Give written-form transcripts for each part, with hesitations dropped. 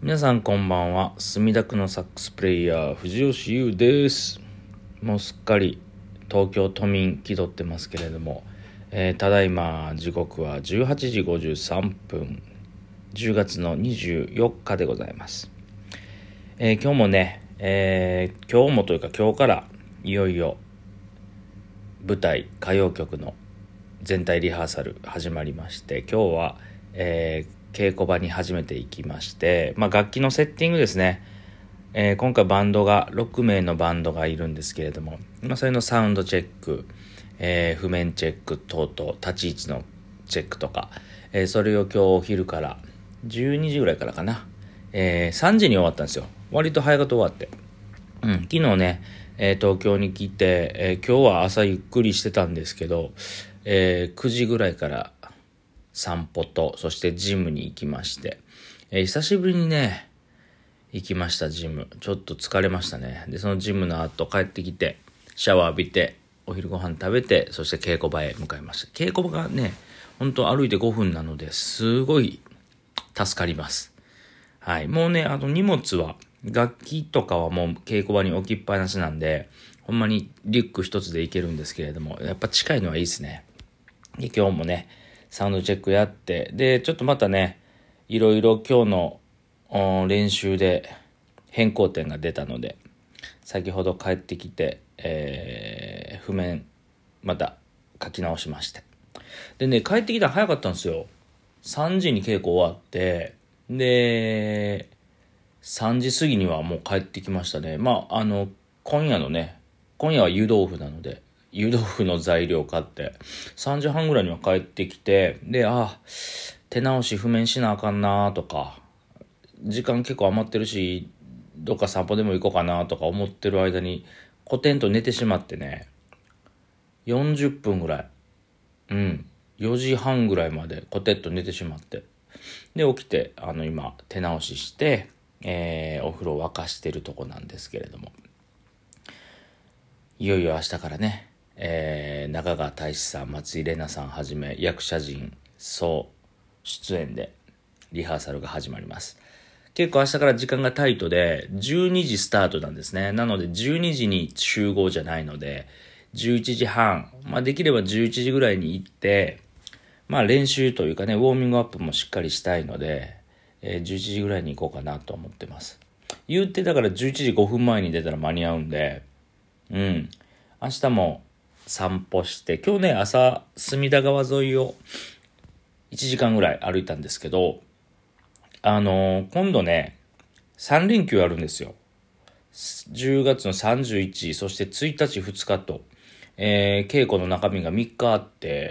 皆さんこんばんは。墨田区のサックスプレイヤー藤吉優です。もうすっかり東京都民気取ってますけれども、ただいま時刻は18時53分10月の24日でございます。今日もね、今日もというか今日からいよいよ舞台歌謡曲の全体リハーサル始まりまして、今日は、稽古場に初めて行きまして、楽器のセッティングですね。今回バンドが6名のバンドがいるんですけれども、それのサウンドチェック、譜面チェック等々立ち位置のチェックとか、それを今日お昼から12時ぐらいからかな、3時に終わったんですよ。割と早く終わって、昨日ね、東京に来て、今日は朝ゆっくりしてたんですけど、9時ぐらいから散歩と、そしてジムに行きまして、久しぶりにね行きました。ジムちょっと疲れましたね。でそのジムの後帰ってきてシャワー浴びてお昼ご飯食べて、そして稽古場へ向かいました。稽古場がね本当歩いて5分なのですごい助かります。はい、もうね荷物は楽器とかはもう稽古場に置きっぱなしなんで、ほんまにリュック一つで行けるんですけれども、やっぱ近いのはいいですね。で今日もねサウンドチェックやって、でちょっとまたねいろいろ今日の練習で変更点が出たので、先ほど帰ってきて、譜面また書き直しまして、でね帰ってきたら早かったんですよ。3時に稽古終わって、で3時過ぎにはもう帰ってきましたね。今夜は湯豆腐なので湯豆腐の材料買って3時半ぐらいには帰ってきて、で手直し譜面しなあかんなとか、時間結構余ってるしどっか散歩でも行こうかなとか思ってる間にコテンと寝てしまってね、40分ぐらい4時半ぐらいまでコテンと寝てしまって、で起きて今手直しして、お風呂沸かしてるとこなんですけれども、いよいよ明日からね、中川大志さん、松井玲奈さんはじめ役者陣総出演でリハーサルが始まります。結構明日から時間がタイトで12時スタートなんですね。なので12時に集合じゃないので11時半、できれば11時ぐらいに行って、練習というかねウォーミングアップもしっかりしたいので、11時ぐらいに行こうかなと思ってます。言ってだから11時5分前に出たら間に合うんで、明日も散歩して、今日ね朝隅田川沿いを1時間ぐらい歩いたんですけど、今度ね3連休あるんですよ。10月の31、そして1日2日と、稽古の中身が3日あって、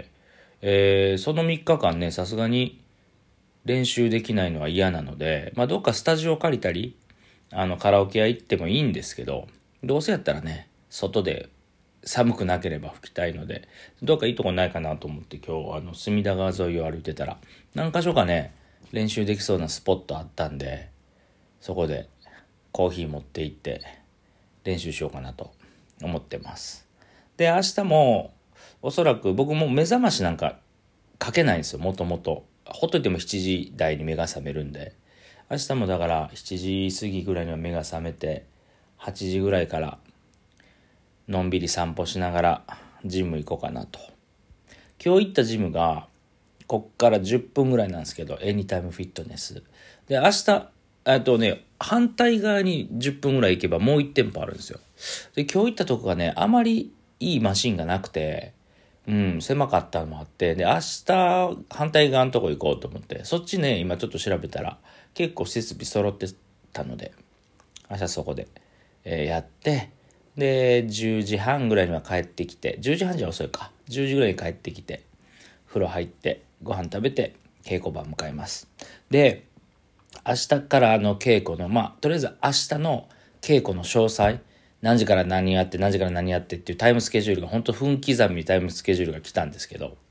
その3日間ねさすがに練習できないのは嫌なので、どっかスタジオ借りたりカラオケ屋行ってもいいんですけど、どうせやったらね外で寒くなければ吹きたいので、どっかいいとこないかなと思って今日隅田川沿いを歩いてたら何か所かね練習できそうなスポットあったんで、そこでコーヒー持って行って練習しようかなと思ってます。で明日もおそらく僕も目覚ましなんかかけないんですよ。もともとほっといても7時台に目が覚めるんで、明日もだから7時過ぎぐらいには目が覚めて8時ぐらいからのんびり散歩しながらジム行こうかなと。今日行ったジムがこっから10分ぐらいなんですけど、エニタイムフィットネスで、明日反対側に10分ぐらい行けばもう1店舗あるんですよ。で今日行ったとこがねあまりいいマシンがなくて、狭かったのもあって、で明日反対側のとこ行こうと思って、そっちね今ちょっと調べたら結構設備揃ってたので明日そこで、やって、で10時半ぐらいには帰ってきて、10時半じゃ遅いか、10時ぐらいに帰ってきて風呂入ってご飯食べて稽古場向かいます。で明日から稽古のとりあえず明日の稽古の詳細、何時から何やって何時から何やってっていうタイムスケジュールが本当分刻みにタイムスケジュールが来たんですけど、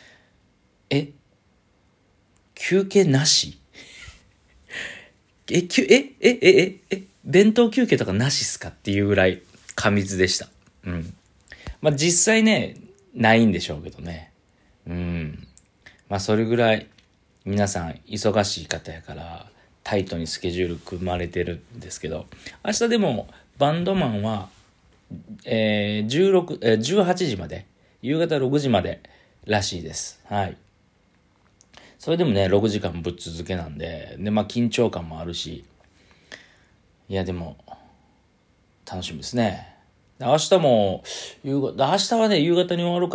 休憩なし弁当休憩とかなしっすかっていうぐらい過密でした。実際ねないんでしょうけどね。それぐらい皆さん忙しい方やからタイトにスケジュール組まれてるんですけど、明日でもバンドマンは、18時まで、夕方6時までらしいです。はい。それでもね、6時間ぶっ続けなんで、緊張感もあるし、いやでも、楽しみですね。明日も、明日はね、夕方に終わるから、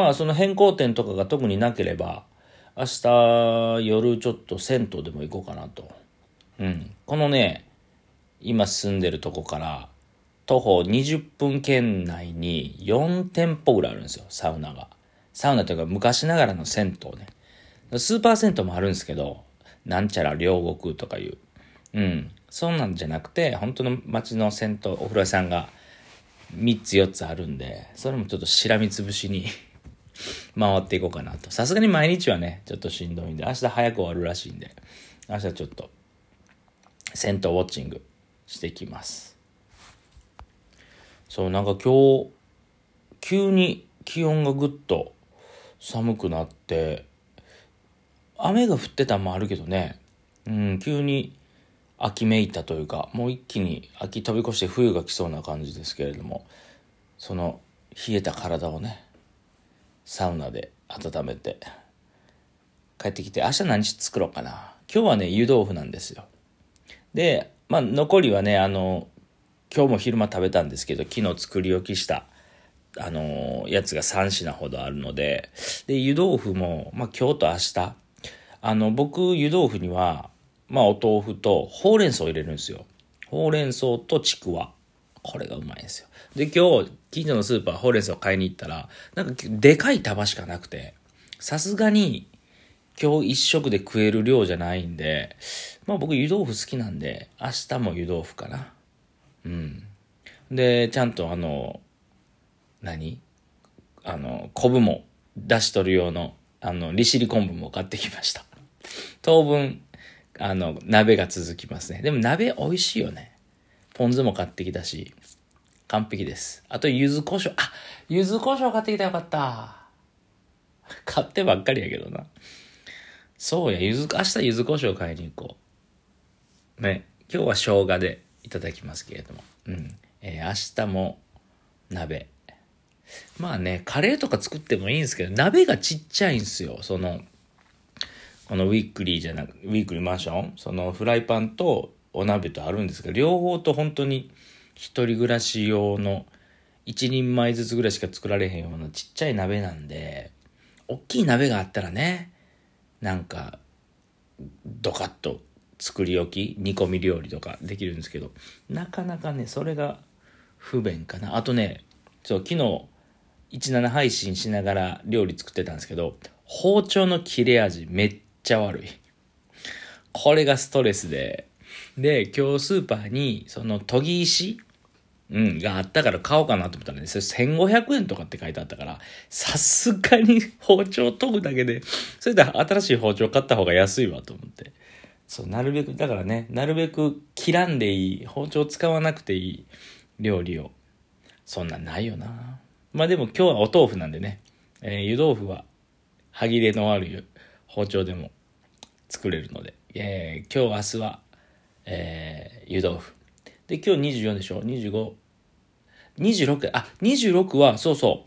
その変更点とかが特になければ、明日夜ちょっと銭湯でも行こうかなと。このね、今住んでるとこから徒歩20分圏内に4店舗ぐらいあるんですよ、サウナが。サウナというか昔ながらの銭湯ね。スーパー銭湯もあるんですけど、なんちゃら両国とかいう。そんなんじゃなくて、本当の街の銭湯、お風呂屋さんが3つ4つあるんで、それもちょっとしらみつぶしに回っていこうかなと。さすがに毎日はね、ちょっとしんどいんで、明日早く終わるらしいんで、明日ちょっと銭湯ウォッチングしてきます。そう、なんか今日、急に気温がぐっと寒くなって、雨が降ってたのもあるけどね、急に秋めいたというか、もう一気に秋飛び越して冬が来そうな感じですけれども、その冷えた体をね、サウナで温めて帰ってきて、明日何作ろうかな。今日はね、湯豆腐なんですよ。で、残りはね、今日も昼間食べたんですけど、昨日作り置きしたやつが3品ほどあるので、湯豆腐も今日と明日、僕湯豆腐にはお豆腐とほうれん草を入れるんですよ。ほうれん草とちくわ、これがうまいんですよ。で、今日近所のスーパーほうれん草を買いに行ったら、なんかでかい束しかなくて、さすがに今日一食で食える量じゃないんで、僕湯豆腐好きなんで明日も湯豆腐かな。でちゃんと昆布も出しとる用の利尻昆布も買ってきました。当分鍋が続きますね。でも鍋美味しいよね。ポン酢も買ってきたし完璧です。あと柚子胡椒、柚子胡椒買ってきたらよかった。買ってばっかりやけどな。そうや、明日柚子胡椒買いに行こうね。今日は生姜でいただきますけれども、明日も鍋、カレーとか作ってもいいんですけど、鍋がちっちゃいんですよ。このウィークリーマンション、そのフライパンとお鍋とあるんですけど、両方と本当に一人暮らし用の一人前ずつぐらいしか作られへんようなちっちゃい鍋なんで、大きい鍋があったらね、なんかドカッと作り置き煮込み料理とかできるんですけど、なかなかねそれが不便かな。あとね、昨日17配信しながら料理作ってたんですけど、包丁の切れ味めっちゃ悪い。これがストレスで、今日スーパーにその研ぎ石があったから買おうかなと思ったらね、それ1500円とかって書いてあったから、さすがに包丁研ぐだけで、それで新しい包丁買った方が安いわと思って。そう、なるべく切らんでいい、包丁使わなくていい料理を、そんなんないよな。でも今日はお豆腐なんでね、湯豆腐は歯切れの悪い包丁でも作れるので、今日明日は、湯豆腐で、今日24でしょ、25、26、26は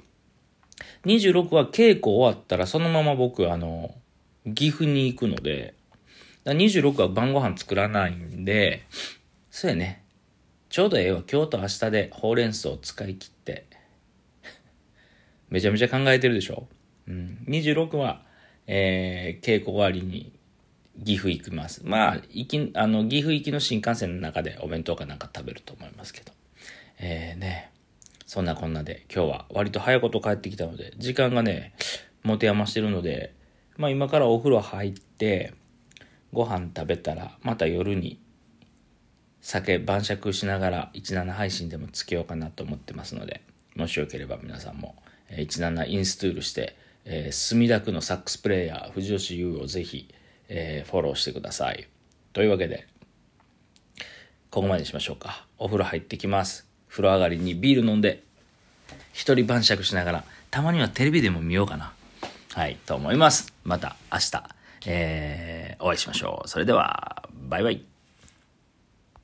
26は稽古終わったらそのまま僕岐阜に行くので、26は晩ご飯作らないんで、そうやね、ちょうどええわ。今日と明日でほうれん草を使い切ってめちゃめちゃ考えてるでしょ。26は、稽古終わりに岐阜行きます。岐阜行きの新幹線の中でお弁当かなんか食べると思いますけど、そんなこんなで今日は割と早いこと帰ってきたので、時間がね持て余してるので、今からお風呂入ってご飯食べたら、また夜に酒晩酌しながら17配信でもつけようかなと思ってますので、もしよければ皆さんも17インストールして、墨田区のサックスプレイヤー藤吉優をぜひ、フォローしてください。というわけでここまでにしましょうか。お風呂入ってきます。風呂上がりにビール飲んで一人晩酌しながら、たまにはテレビでも見ようかな、と思います。また明日、お会いしましょう。それではバイバイ。